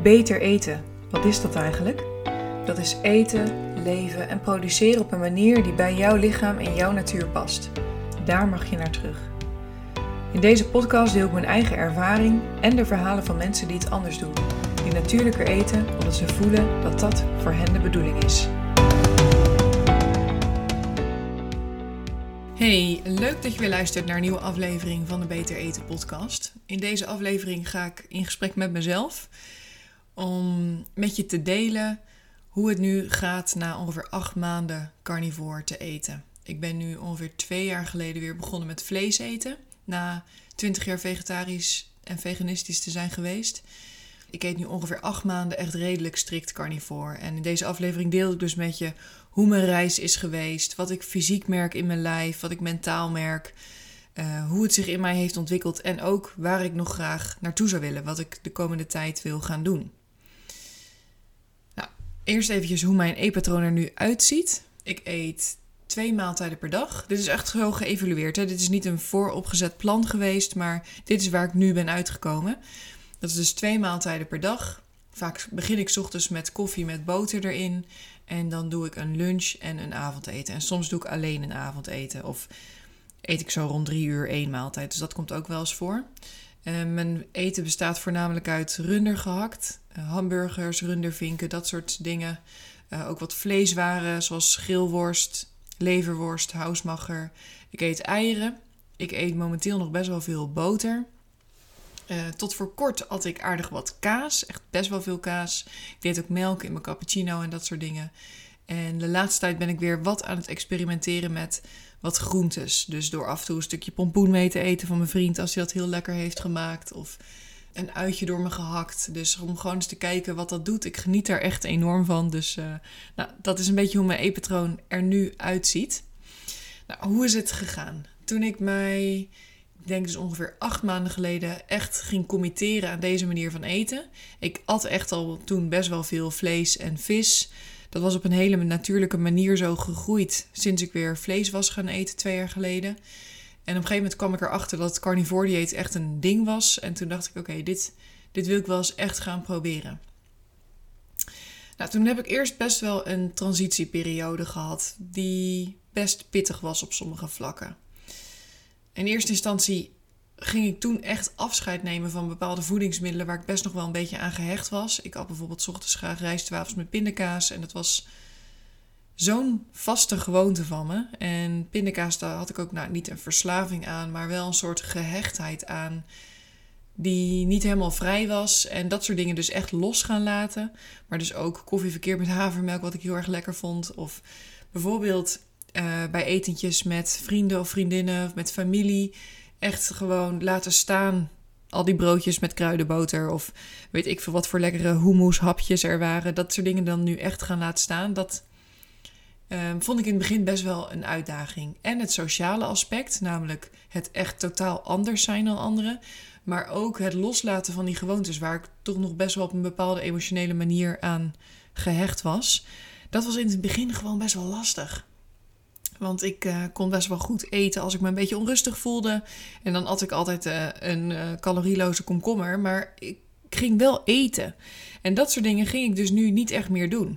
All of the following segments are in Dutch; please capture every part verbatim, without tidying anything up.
Beter eten, wat is dat eigenlijk? Dat is eten, leven en produceren op een manier die bij jouw lichaam en jouw natuur past. Daar mag je naar terug. In deze podcast deel ik mijn eigen ervaring en de verhalen van mensen die het anders doen. Die natuurlijker eten omdat ze voelen dat dat voor hen de bedoeling is. Hey, leuk dat je weer luistert naar een nieuwe aflevering van de Beter Eten podcast. In deze aflevering ga ik in gesprek met mezelf om met je te delen hoe het nu gaat na ongeveer acht maanden carnivore te eten. Ik ben nu ongeveer twee jaar geleden weer begonnen met vlees eten. Na twintig jaar vegetarisch en veganistisch te zijn geweest. Ik eet nu ongeveer acht maanden echt redelijk strikt carnivore. En in deze aflevering deel ik dus met je hoe mijn reis is geweest. Wat ik fysiek merk in mijn lijf. Wat ik mentaal merk. Uh, hoe het zich in mij heeft ontwikkeld. En ook waar ik nog graag naartoe zou willen. Wat ik de komende tijd wil gaan doen. Nou, eerst eventjes hoe mijn eetpatroon er nu uitziet. Ik eet twee maaltijden per dag. Dit is echt zo geëvalueerd. Hè? Dit is niet een vooropgezet plan geweest. Maar dit is waar ik nu ben uitgekomen. Dat is dus twee maaltijden per dag. Vaak begin ik 's ochtends met koffie met boter erin. En dan doe ik een lunch en een avondeten. En soms doe ik alleen een avondeten. Of eet ik zo rond drie uur één maaltijd. Dus dat komt ook wel eens voor. Uh, mijn eten bestaat voornamelijk uit runder gehakt. Uh, hamburgers, rundervinken, dat soort dingen. Uh, ook wat vleeswaren zoals grillworst, leverworst, hausmacher. Ik eet eieren. Ik eet momenteel nog best wel veel boter. Uh, tot voor kort at ik aardig wat kaas. Echt best wel veel kaas. Ik deed ook melk in mijn cappuccino en dat soort dingen. En de laatste tijd ben ik weer wat aan het experimenteren met wat groentes. Dus door af en toe een stukje pompoen mee te eten van mijn vriend als hij dat heel lekker heeft gemaakt. Of een uitje door me gehakt. Dus om gewoon eens te kijken wat dat doet. Ik geniet daar echt enorm van. Dus uh, nou, dat is een beetje hoe mijn eetpatroon er nu uitziet. Nou, hoe is het gegaan? Toen ik mij... Ik denk dus ongeveer acht maanden geleden echt ging committeren aan deze manier van eten. Ik at echt al toen best wel veel vlees en vis. Dat was op een hele natuurlijke manier zo gegroeid sinds ik weer vlees was gaan eten twee jaar geleden. En op een gegeven moment kwam ik erachter dat het carnivore dieet echt een ding was. En toen dacht ik, oké, okay, dit, dit wil ik wel eens echt gaan proberen. Nou, toen heb ik eerst best wel een transitieperiode gehad die best pittig was op sommige vlakken. In eerste instantie ging ik toen echt afscheid nemen van bepaalde voedingsmiddelen waar ik best nog wel een beetje aan gehecht was. Ik had bijvoorbeeld 's ochtends graag rijstwafels met pindakaas en dat was zo'n vaste gewoonte van me. En pindakaas, daar had ik ook nou, niet een verslaving aan, maar wel een soort gehechtheid aan die niet helemaal vrij was. En dat soort dingen dus echt los gaan laten. Maar dus ook koffie verkeerd met havermelk, wat ik heel erg lekker vond. Of bijvoorbeeld... Uh, bij etentjes met vrienden of vriendinnen of met familie echt gewoon laten staan al die broodjes met kruidenboter of weet ik veel wat voor lekkere hummus hapjes er waren. Dat soort dingen dan nu echt gaan laten staan. Dat uh, vond ik in het begin best wel een uitdaging. En het sociale aspect, namelijk het echt totaal anders zijn dan anderen. Maar ook het loslaten van die gewoontes waar ik toch nog best wel op een bepaalde emotionele manier aan gehecht was. Dat was in het begin gewoon best wel lastig. Want ik uh, kon best wel goed eten als ik me een beetje onrustig voelde. En dan at ik altijd uh, een uh, calorieloze komkommer. Maar ik ging wel eten. En dat soort dingen ging ik dus nu niet echt meer doen.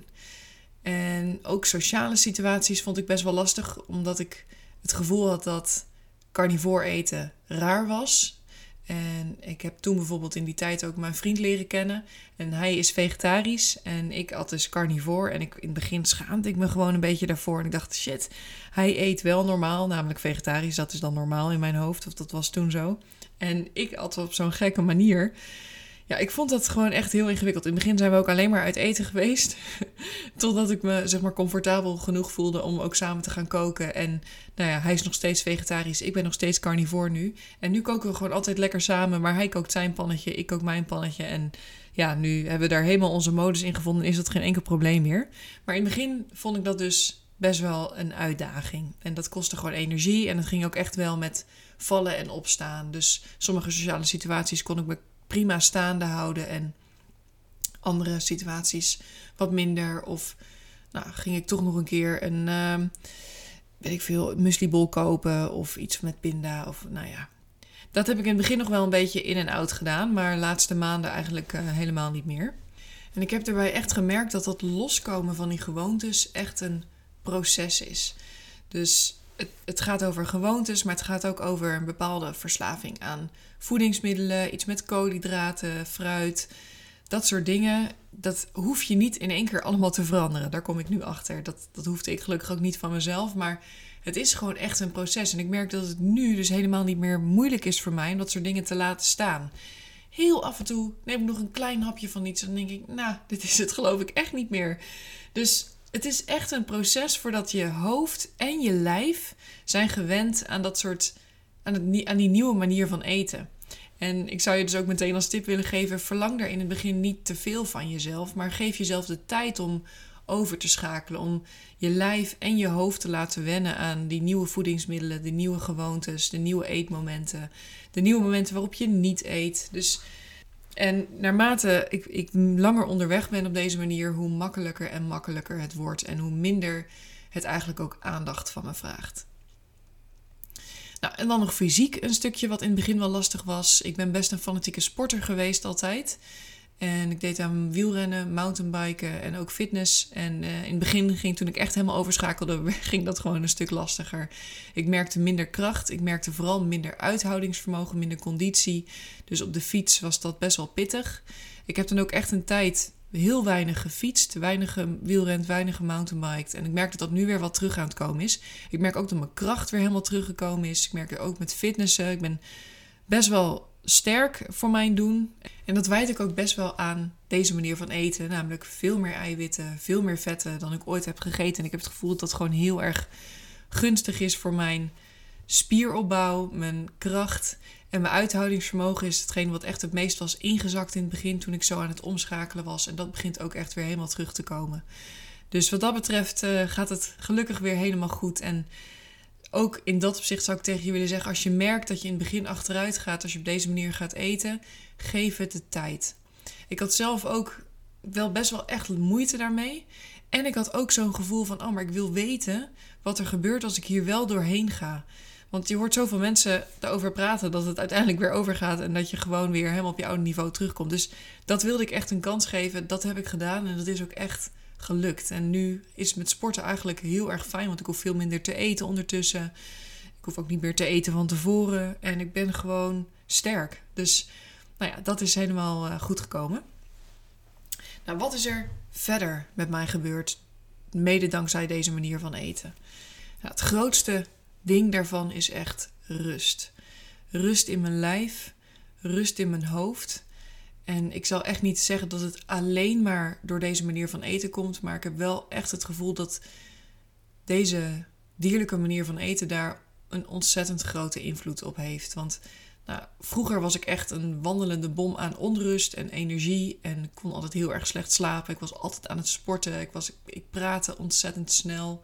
En ook sociale situaties vond ik best wel lastig. Omdat ik het gevoel had dat carnivore eten raar was. En ik heb toen bijvoorbeeld in die tijd ook mijn vriend leren kennen. En hij is vegetarisch en ik at dus carnivore. En ik, in het begin schaamde ik me gewoon een beetje daarvoor. En ik dacht, shit, hij eet wel normaal, namelijk vegetarisch. Dat is dan normaal in mijn hoofd, of dat was toen zo. En ik at op zo'n gekke manier. Ja, ik vond dat gewoon echt heel ingewikkeld. In het begin zijn we ook alleen maar uit eten geweest. Totdat ik me zeg maar comfortabel genoeg voelde om ook samen te gaan koken. En nou ja, hij is nog steeds vegetarisch. Ik ben nog steeds carnivore nu. En nu koken we gewoon altijd lekker samen. Maar hij kookt zijn pannetje, ik kook mijn pannetje. En ja, nu hebben we daar helemaal onze modus in gevonden. Is dat geen enkel probleem meer. Maar in het begin vond ik dat dus best wel een uitdaging. En dat kostte gewoon energie. En het ging ook echt wel met vallen en opstaan. Dus sommige sociale situaties kon ik me prima staande houden en andere situaties wat minder. Of nou, ging ik toch nog een keer een, uh, weet ik veel, muslibol kopen of iets met pinda. Of nou ja, dat heb ik in het begin nog wel een beetje in en out gedaan, maar de laatste maanden eigenlijk uh, helemaal niet meer. En ik heb daarbij echt gemerkt dat dat loskomen van die gewoontes echt een proces is. Dus het, het gaat over gewoontes, maar het gaat ook over een bepaalde verslaving aan voedingsmiddelen, iets met koolhydraten, fruit, dat soort dingen. Dat hoef je niet in één keer allemaal te veranderen. Daar kom ik nu achter. Dat, dat hoefde ik gelukkig ook niet van mezelf, maar het is gewoon echt een proces. En ik merk dat het nu dus helemaal niet meer moeilijk is voor mij om dat soort dingen te laten staan. Heel af en toe neem ik nog een klein hapje van iets en dan denk ik, nou, dit is het geloof ik echt niet meer. Dus het is echt een proces voordat je hoofd en je lijf zijn gewend aan dat soort, aan, het, aan die nieuwe manier van eten. En ik zou je dus ook meteen als tip willen geven, verlang daar in het begin niet te veel van jezelf, maar geef jezelf de tijd om over te schakelen, om je lijf en je hoofd te laten wennen aan die nieuwe voedingsmiddelen, de nieuwe gewoontes, de nieuwe eetmomenten, de nieuwe momenten waarop je niet eet. Dus, en naarmate ik, ik langer onderweg ben op deze manier, hoe makkelijker en makkelijker het wordt en hoe minder het eigenlijk ook aandacht van me vraagt. Nou, en dan nog fysiek een stukje wat in het begin wel lastig was. Ik ben best een fanatieke sporter geweest altijd. En ik deed aan wielrennen, mountainbiken en ook fitness. En uh, in het begin ging, toen ik echt helemaal overschakelde, ging dat gewoon een stuk lastiger. Ik merkte minder kracht. Ik merkte vooral minder uithoudingsvermogen, minder conditie. Dus op de fiets was dat best wel pittig. Ik heb dan ook echt een tijd heel weinig gefietst, weinig wielrend, weinig mountainbiked. En ik merk dat dat nu weer wat terug aan het komen is. Ik merk ook dat mijn kracht weer helemaal teruggekomen is. Ik merk het ook met fitnessen. Ik ben best wel sterk voor mijn doen. En dat wijd ik ook best wel aan deze manier van eten. Namelijk veel meer eiwitten, veel meer vetten dan ik ooit heb gegeten. En ik heb het gevoel dat dat gewoon heel erg gunstig is voor mijn spieropbouw, mijn kracht. En mijn uithoudingsvermogen is hetgeen wat echt het meest was ingezakt in het begin toen ik zo aan het omschakelen was. En dat begint ook echt weer helemaal terug te komen. Dus wat dat betreft uh, gaat het gelukkig weer helemaal goed. En ook in dat opzicht zou ik tegen je willen zeggen, als je merkt dat je in het begin achteruit gaat, als je op deze manier gaat eten, geef het de tijd. Ik had zelf ook wel best wel echt moeite daarmee. En ik had ook zo'n gevoel van, oh, maar ik wil weten wat er gebeurt als ik hier wel doorheen ga. Want je hoort zoveel mensen erover praten dat het uiteindelijk weer overgaat en dat je gewoon weer helemaal op je oude niveau terugkomt. Dus dat wilde ik echt een kans geven. Dat heb ik gedaan en dat is ook echt gelukt. En nu is het met sporten eigenlijk heel erg fijn, want ik hoef veel minder te eten ondertussen. Ik hoef ook niet meer te eten van tevoren en ik ben gewoon sterk. Dus nou ja, dat is helemaal uh, goed gekomen. Nou, wat is er verder met mij gebeurd, mede dankzij deze manier van eten? Nou, het grootste ding daarvan is echt rust. Rust in mijn lijf, rust in mijn hoofd. En ik zal echt niet zeggen dat het alleen maar door deze manier van eten komt, maar ik heb wel echt het gevoel dat deze dierlijke manier van eten daar een ontzettend grote invloed op heeft. Want nou, vroeger was ik echt een wandelende bom aan onrust en energie en ik kon altijd heel erg slecht slapen. Ik was altijd aan het sporten, ik, was, ik praatte ontzettend snel.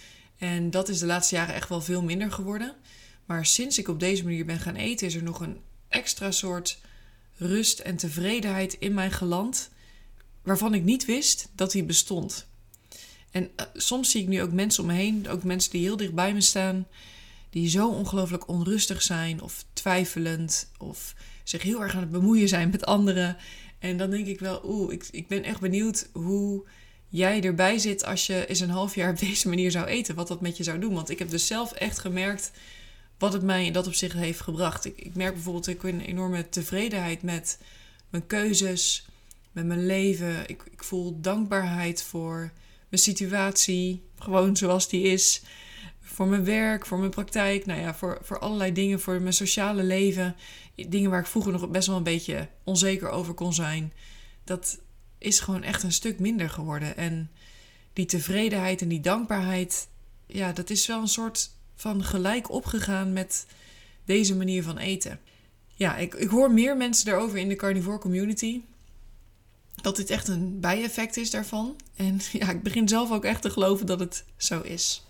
En dat is de laatste jaren echt wel veel minder geworden. Maar sinds ik op deze manier ben gaan eten, is er nog een extra soort rust en tevredenheid in mij geland, waarvan ik niet wist dat die bestond. En uh, soms zie ik nu ook mensen om me heen, ook mensen die heel dicht bij me staan, die zo ongelooflijk onrustig zijn of twijfelend of zich heel erg aan het bemoeien zijn met anderen. En dan denk ik wel, oeh, ik, ik ben echt benieuwd hoe jij erbij zit als je eens een half jaar op deze manier zou eten, wat dat met je zou doen. Want ik heb dus zelf echt gemerkt wat het mij in dat opzicht heeft gebracht. Ik, ik merk bijvoorbeeld, ik heb een enorme tevredenheid met mijn keuzes, met mijn leven. Ik, ik voel dankbaarheid voor mijn situatie, gewoon zoals die is. Voor mijn werk, voor mijn praktijk, nou ja, voor, voor allerlei dingen, voor mijn sociale leven. Dingen waar ik vroeger nog best wel een beetje onzeker over kon zijn. Dat is gewoon echt een stuk minder geworden. En die tevredenheid en die dankbaarheid, ja, dat is wel een soort van gelijk opgegaan met deze manier van eten. Ja, ik, ik hoor meer mensen daarover in de carnivore community, dat dit echt een bijeffect is daarvan. En ja, ik begin zelf ook echt te geloven dat het zo is.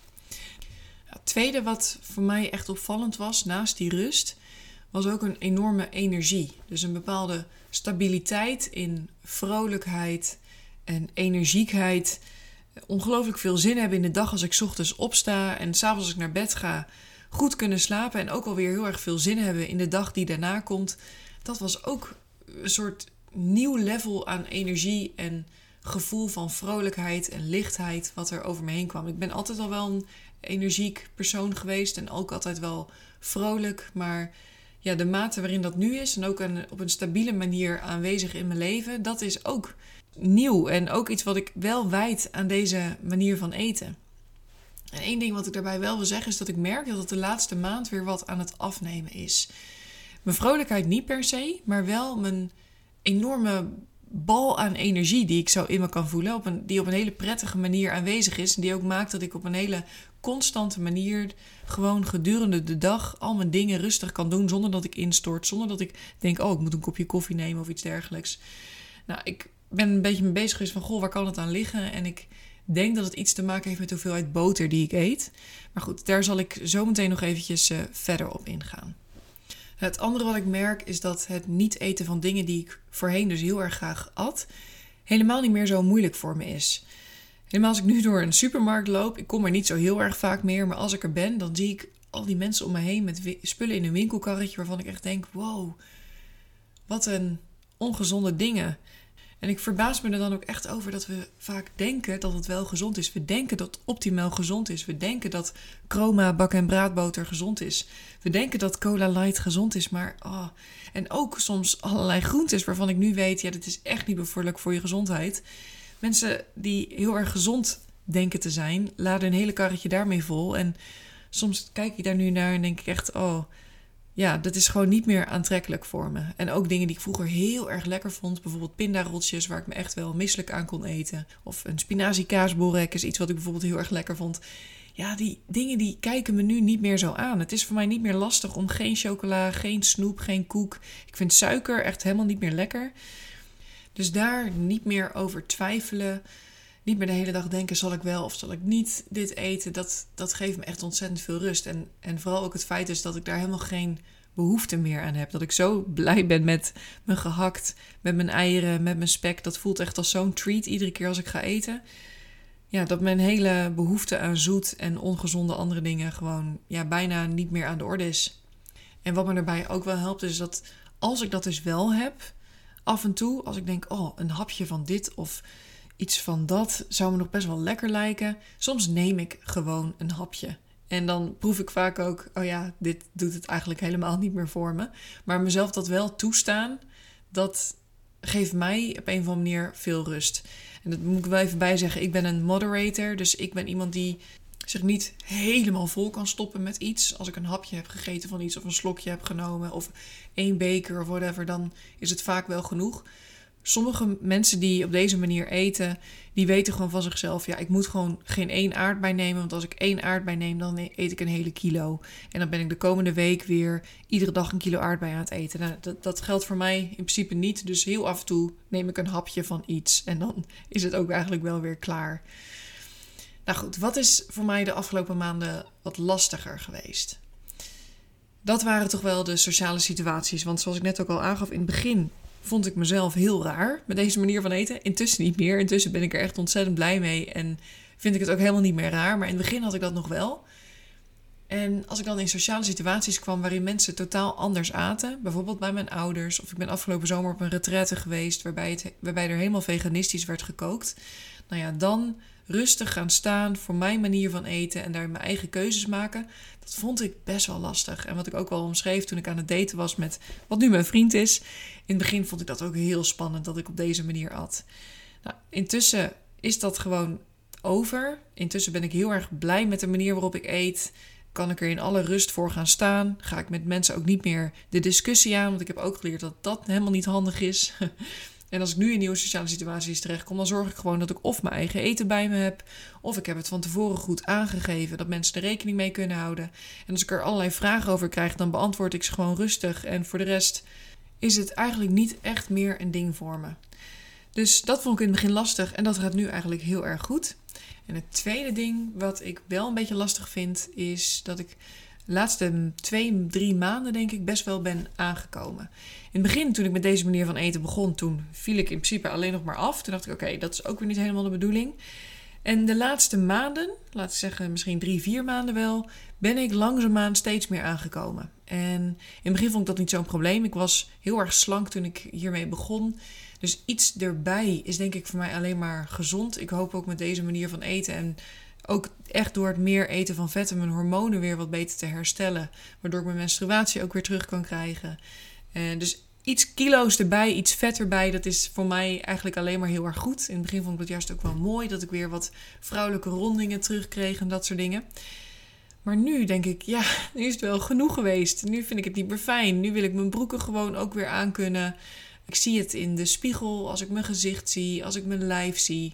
Het tweede wat voor mij echt opvallend was, naast die rust, was ook een enorme energie. Dus een bepaalde stabiliteit in vrolijkheid en energiekheid. Ongelooflijk veel zin hebben in de dag als ik 's ochtends opsta en 's avonds als ik naar bed ga, goed kunnen slapen en ook alweer heel erg veel zin hebben in de dag die daarna komt. Dat was ook een soort nieuw level aan energie en gevoel van vrolijkheid en lichtheid wat er over me heen kwam. Ik ben altijd al wel een energiek persoon geweest en ook altijd wel vrolijk. Maar ja, de mate waarin dat nu is en ook een, op een stabiele manier aanwezig in mijn leven, dat is ook nieuw. En ook iets wat ik wel wijd aan deze manier van eten. En één ding wat ik daarbij wel wil zeggen is dat ik merk dat het de laatste maand weer wat aan het afnemen is. Mijn vrolijkheid niet per se, maar wel mijn enorme bal aan energie die ik zo in me kan voelen. Op een, die op een hele prettige manier aanwezig is. En die ook maakt dat ik op een hele constante manier gewoon gedurende de dag al mijn dingen rustig kan doen zonder dat ik instort. Zonder dat ik denk, oh, ik moet een kopje koffie nemen of iets dergelijks. Nou, ik ben een beetje mee bezig geweest van, goh, waar kan het aan liggen? En ik denk dat het iets te maken heeft met de hoeveelheid boter die ik eet. Maar goed, daar zal ik zo meteen nog eventjes uh, verder op ingaan. Het andere wat ik merk is dat het niet eten van dingen die ik voorheen dus heel erg graag at, helemaal niet meer zo moeilijk voor me is. Helemaal als ik nu door een supermarkt loop, ik kom er niet zo heel erg vaak meer, maar als ik er ben, dan zie ik al die mensen om me heen met wi- spullen in een winkelkarretje waarvan ik echt denk, wow, wat een ongezonde dingen. En ik verbaas me er dan ook echt over dat we vaak denken dat het wel gezond is. We denken dat het optimaal gezond is. We denken dat Chroma, bak- en braadboter gezond is. We denken dat Cola Light gezond is. Maar oh. En ook soms allerlei groentes waarvan ik nu weet, ja, dit is echt niet bevorderlijk voor je gezondheid. Mensen die heel erg gezond denken te zijn, laden een hele karretje daarmee vol. En soms kijk ik daar nu naar en denk ik echt, oh, ja, dat is gewoon niet meer aantrekkelijk voor me. En ook dingen die ik vroeger heel erg lekker vond. Bijvoorbeeld pindarotjes waar ik me echt wel misselijk aan kon eten. Of een spinazie kaasborek is iets wat ik bijvoorbeeld heel erg lekker vond. Ja, die dingen die kijken me nu niet meer zo aan. Het is voor mij niet meer lastig om geen chocola, geen snoep, geen koek. Ik vind suiker echt helemaal niet meer lekker. Dus daar niet meer over twijfelen. Niet meer de hele dag denken, zal ik wel of zal ik niet dit eten. Dat, dat geeft me echt ontzettend veel rust. En, en vooral ook het feit is dat ik daar helemaal geen behoefte meer aan heb. Dat ik zo blij ben met mijn gehakt, met mijn eieren, met mijn spek. Dat voelt echt als zo'n treat iedere keer als ik ga eten. Ja, dat mijn hele behoefte aan zoet en ongezonde andere dingen gewoon ja, bijna niet meer aan de orde is. En wat me daarbij ook wel helpt is dat als ik dat dus wel heb, af en toe, als ik denk, oh, een hapje van dit of iets van dat zou me nog best wel lekker lijken. Soms neem ik gewoon een hapje. En dan proef ik vaak ook, oh ja, dit doet het eigenlijk helemaal niet meer voor me. Maar mezelf dat wel toestaan, dat geeft mij op een of andere manier veel rust. En dat moet ik wel even bij zeggen, ik ben een moderator. Dus ik ben iemand die zich niet helemaal vol kan stoppen met iets. Als ik een hapje heb gegeten van iets of een slokje heb genomen of één beker of whatever, dan is het vaak wel genoeg. Sommige mensen die op deze manier eten, die weten gewoon van zichzelf, ja, ik moet gewoon geen één aardbei nemen. Want als ik één aardbei neem, dan eet ik een hele kilo. En dan ben ik de komende week weer iedere dag een kilo aardbei aan het eten. Nou, dat, dat geldt voor mij in principe niet. Dus heel af en toe neem ik een hapje van iets. En dan is het ook eigenlijk wel weer klaar. Nou goed, wat is voor mij de afgelopen maanden wat lastiger geweest? Dat waren toch wel de sociale situaties. Want zoals ik net ook al aangaf in het begin, vond ik mezelf heel raar met deze manier van eten. Intussen niet meer. Intussen ben ik er echt ontzettend blij mee. En vind ik het ook helemaal niet meer raar. Maar in het begin had ik dat nog wel. En als ik dan in sociale situaties kwam waarin mensen totaal anders aten. Bijvoorbeeld bij mijn ouders. Of ik ben afgelopen zomer op een retraite geweest waarbij, het, waarbij er helemaal veganistisch werd gekookt. Nou ja, dan rustig gaan staan voor mijn manier van eten en daar mijn eigen keuzes maken. Dat vond ik best wel lastig. En wat ik ook wel omschreef toen ik aan het daten was met wat nu mijn vriend is. In het begin vond ik dat ook heel spannend dat ik op deze manier at. Nou, intussen is dat gewoon over. Intussen ben ik heel erg blij met de manier waarop ik eet. Kan ik er in alle rust voor gaan staan. Ga ik met mensen ook niet meer de discussie aan. Want ik heb ook geleerd dat dat helemaal niet handig is. En als ik nu in nieuwe sociale situaties terechtkom, dan zorg ik gewoon dat ik of mijn eigen eten bij me heb, of ik heb het van tevoren goed aangegeven, dat mensen er rekening mee kunnen houden. En als ik er allerlei vragen over krijg, dan beantwoord ik ze gewoon rustig. En voor de rest is het eigenlijk niet echt meer een ding voor me. Dus dat vond ik in het begin lastig en dat gaat nu eigenlijk heel erg goed. En het tweede ding wat ik wel een beetje lastig vind, is dat ik de laatste twee, drie maanden denk ik best wel ben aangekomen. In het begin, toen ik met deze manier van eten begon, toen viel ik in principe alleen nog maar af. Toen dacht ik, oké, okay, dat is ook weer niet helemaal de bedoeling. En de laatste maanden, laten we zeggen misschien drie, vier maanden wel, ben ik langzaamaan steeds meer aangekomen. En in het begin vond ik dat niet zo'n probleem. Ik was heel erg slank toen ik hiermee begon. Dus iets erbij is denk ik voor mij alleen maar gezond. Ik hoop ook met deze manier van eten en ook echt door het meer eten van vetten mijn hormonen weer wat beter te herstellen. Waardoor ik mijn menstruatie ook weer terug kan krijgen. En dus iets kilo's erbij, iets vet erbij, dat is voor mij eigenlijk alleen maar heel erg goed. In het begin vond ik dat juist ook wel mooi, dat ik weer wat vrouwelijke rondingen terugkreeg en dat soort dingen. Maar nu denk ik, ja, nu is het wel genoeg geweest. Nu vind ik het niet meer fijn. Nu wil ik mijn broeken gewoon ook weer aankunnen. Ik zie het in de spiegel, als ik mijn gezicht zie, als ik mijn lijf zie.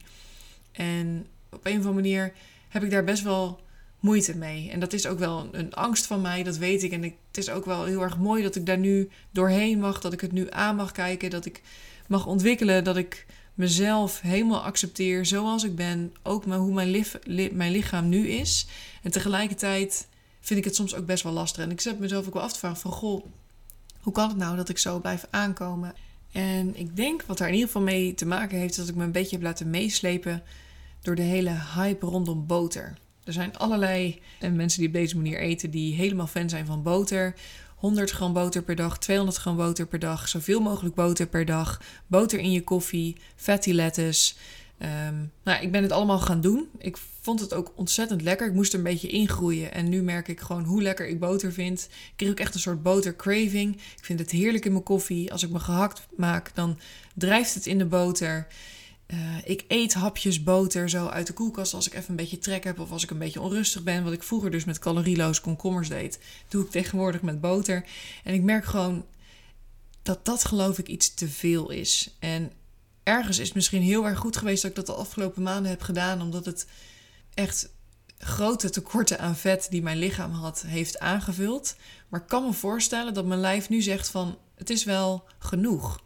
En op een of andere manier heb ik daar best wel moeite mee. En dat is ook wel een angst van mij, dat weet ik. En ik, het is ook wel heel erg mooi dat ik daar nu doorheen mag. Dat ik het nu aan mag kijken. Dat ik mag ontwikkelen. Dat ik mezelf helemaal accepteer zoals ik ben. Ook maar hoe mijn, lif, li, mijn lichaam nu is. En tegelijkertijd vind ik het soms ook best wel lastig. En ik zet mezelf ook wel af te vragen van, goh, hoe kan het nou dat ik zo blijf aankomen? En ik denk wat daar in ieder geval mee te maken heeft, dat ik me een beetje heb laten meeslepen door de hele hype rondom boter. Er zijn allerlei mensen die op deze manier eten die helemaal fan zijn van boter. honderd gram boter per dag, tweehonderd gram boter per dag, zoveel mogelijk boter per dag. Boter in je koffie, fatty lettuce. Um, nou, ik ben het allemaal gaan doen. Ik vond het ook ontzettend lekker. Ik moest er een beetje ingroeien. En nu merk ik gewoon hoe lekker ik boter vind. Ik kreeg ook echt een soort boter craving. Ik vind het heerlijk in mijn koffie. Als ik me gehakt maak, dan drijft het in de boter. Uh, ik eet hapjes boter zo uit de koelkast als ik even een beetje trek heb of als ik een beetje onrustig ben. Wat ik vroeger dus met calorieloos komkommers deed, doe ik tegenwoordig met boter. En ik merk gewoon dat dat geloof ik iets te veel is. En ergens is het misschien heel erg goed geweest dat ik dat de afgelopen maanden heb gedaan, omdat het echt grote tekorten aan vet die mijn lichaam had, heeft aangevuld. Maar ik kan me voorstellen dat mijn lijf nu zegt van, het is wel genoeg.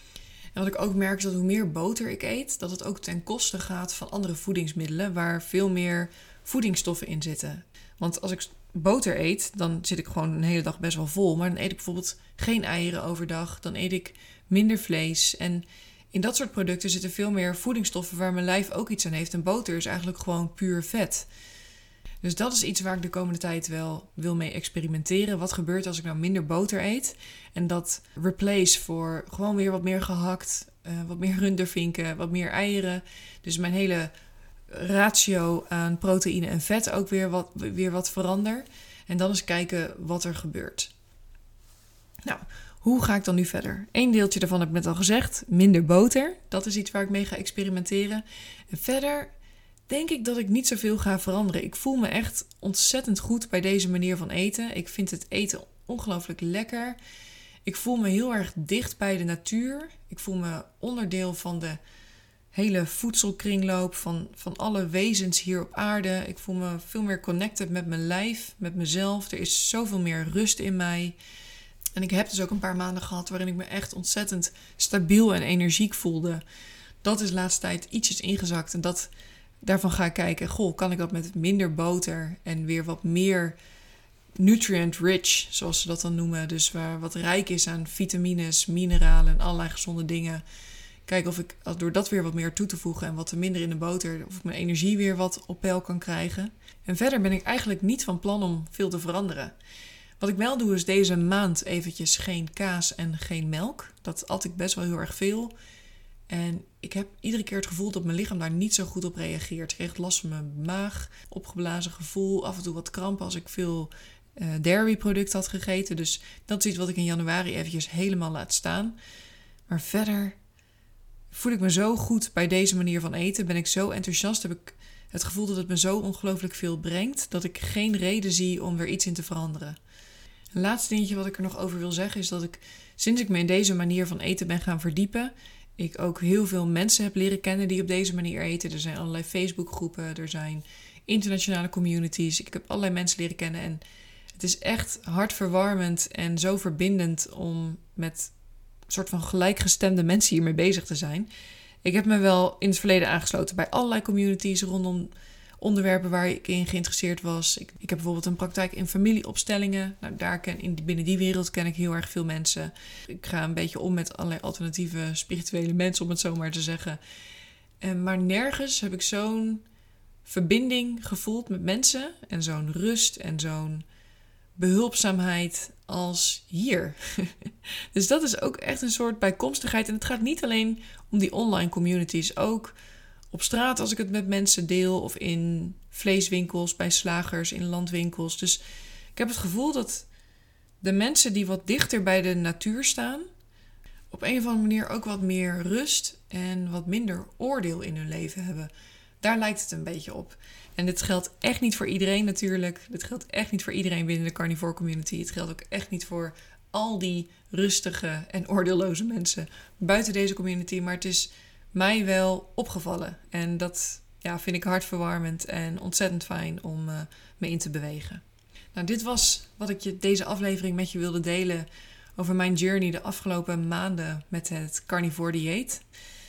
En wat ik ook merk is dat hoe meer boter ik eet, dat het ook ten koste gaat van andere voedingsmiddelen waar veel meer voedingsstoffen in zitten. Want als ik boter eet, dan zit ik gewoon een hele dag best wel vol. Maar dan eet ik bijvoorbeeld geen eieren overdag, dan eet ik minder vlees. En in dat soort producten zitten veel meer voedingsstoffen waar mijn lijf ook iets aan heeft. En boter is eigenlijk gewoon puur vet. Dus dat is iets waar ik de komende tijd wel wil mee experimenteren. Wat gebeurt als ik nou minder boter eet? En dat replace voor gewoon weer wat meer gehakt, uh, wat meer rundervinken, wat meer eieren. Dus mijn hele ratio aan proteïne en vet ook weer wat, weer wat verander. En dan eens kijken wat er gebeurt. Nou, hoe ga ik dan nu verder? Eén deeltje daarvan heb ik net al gezegd. Minder boter. Dat is iets waar ik mee ga experimenteren. En verder denk ik dat ik niet zoveel ga veranderen. Ik voel me echt ontzettend goed bij deze manier van eten. Ik vind het eten ongelooflijk lekker. Ik voel me heel erg dicht bij de natuur. Ik voel me onderdeel van de hele voedselkringloop van, van alle wezens hier op aarde. Ik voel me veel meer connected met mijn lijf, met mezelf. Er is zoveel meer rust in mij. En ik heb dus ook een paar maanden gehad waarin ik me echt ontzettend stabiel en energiek voelde. Dat is de laatste tijd ietsjes ingezakt. En dat, daarvan ga ik kijken, goh, kan ik dat met minder boter en weer wat meer nutrient rich, zoals ze dat dan noemen. Dus waar wat rijk is aan vitamines, mineralen en allerlei gezonde dingen. Kijken of ik door dat weer wat meer toe te voegen en wat te minder in de boter, of ik mijn energie weer wat op peil kan krijgen. En verder ben ik eigenlijk niet van plan om veel te veranderen. Wat ik wel doe is deze maand eventjes geen kaas en geen melk. Dat at ik best wel heel erg veel. En ik heb iedere keer het gevoel dat mijn lichaam daar niet zo goed op reageert. Ik kreeg last van mijn maag, opgeblazen gevoel, af en toe wat krampen als ik veel uh, dairy producten had gegeten. Dus dat is iets wat ik in januari eventjes helemaal laat staan. Maar verder voel ik me zo goed bij deze manier van eten. Ben ik zo enthousiast, heb ik het gevoel dat het me zo ongelooflijk veel brengt, dat ik geen reden zie om weer iets in te veranderen. Een laatste dingetje wat ik er nog over wil zeggen is dat ik, sinds ik me in deze manier van eten ben gaan verdiepen, ik ook heel veel mensen heb leren kennen die op deze manier eten. Er zijn allerlei Facebookgroepen, er zijn internationale communities. Ik heb allerlei mensen leren kennen en het is echt hartverwarmend en zo verbindend om met een soort van gelijkgestemde mensen hiermee bezig te zijn. Ik heb me wel in het verleden aangesloten bij allerlei communities rondom onderwerpen waar ik in geïnteresseerd was. Ik, ik heb bijvoorbeeld een praktijk in familieopstellingen. Nou, daar ken, in, binnen die wereld ken ik heel erg veel mensen. Ik ga een beetje om met allerlei alternatieve spirituele mensen, om het zo maar te zeggen. En, maar nergens heb ik zo'n verbinding gevoeld met mensen en zo'n rust en zo'n behulpzaamheid als hier. Dus dat is ook echt een soort bijkomstigheid. En het gaat niet alleen om die online communities. Ook op straat als ik het met mensen deel. Of in vleeswinkels, bij slagers, in landwinkels. Dus ik heb het gevoel dat de mensen die wat dichter bij de natuur staan, op een of andere manier ook wat meer rust en wat minder oordeel in hun leven hebben. Daar lijkt het een beetje op. En dit geldt echt niet voor iedereen natuurlijk. Dit geldt echt niet voor iedereen binnen de carnivore community. Het geldt ook echt niet voor al die rustige en oordeelloze mensen buiten deze community. Maar het is mij wel opgevallen. En dat ja, vind ik hartverwarmend en ontzettend fijn om uh, me in te bewegen. Nou, dit was wat ik je deze aflevering met je wilde delen over mijn journey de afgelopen maanden met het carnivore dieet.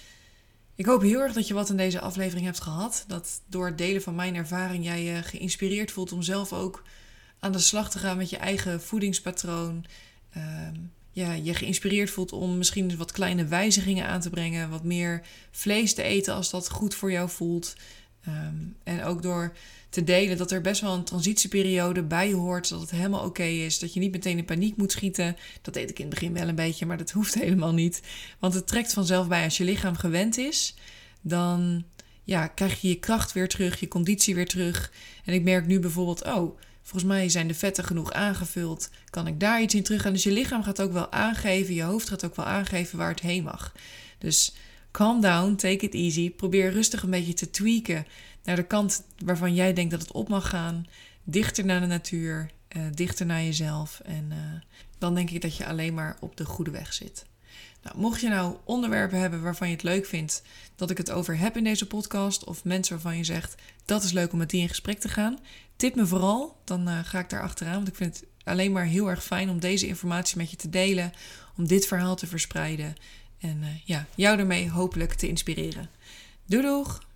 Ik hoop heel erg dat je wat in deze aflevering hebt gehad. Dat door het delen van mijn ervaring jij je geïnspireerd voelt om zelf ook aan de slag te gaan met je eigen voedingspatroon. Uh, ja, je geïnspireerd voelt om misschien wat kleine wijzigingen aan te brengen. Wat meer vlees te eten als dat goed voor jou voelt. Um, en ook door te delen dat er best wel een transitieperiode bij hoort. Dat het helemaal oké okay is. Dat je niet meteen in paniek moet schieten. Dat deed ik in het begin wel een beetje, maar dat hoeft helemaal niet. Want het trekt vanzelf bij. Als je lichaam gewend is, dan ja, krijg je je kracht weer terug. Je conditie weer terug. En ik merk nu bijvoorbeeld, oh, volgens mij zijn de vetten genoeg aangevuld. Kan ik daar iets in teruggaan? Dus je lichaam gaat ook wel aangeven. Je hoofd gaat ook wel aangeven waar het heen mag. Dus calm down, take it easy. Probeer rustig een beetje te tweaken naar de kant waarvan jij denkt dat het op mag gaan. Dichter naar de natuur, uh, dichter naar jezelf. En uh, dan denk ik dat je alleen maar op de goede weg zit. Nou, mocht je nou onderwerpen hebben waarvan je het leuk vindt dat ik het over heb in deze podcast, of mensen waarvan je zegt dat is leuk om met die in gesprek te gaan, tip me vooral. Dan uh, ga ik daar achteraan, want ik vind het alleen maar heel erg fijn om deze informatie met je te delen, om dit verhaal te verspreiden en uh, ja, jou ermee hopelijk te inspireren. Doei doeg!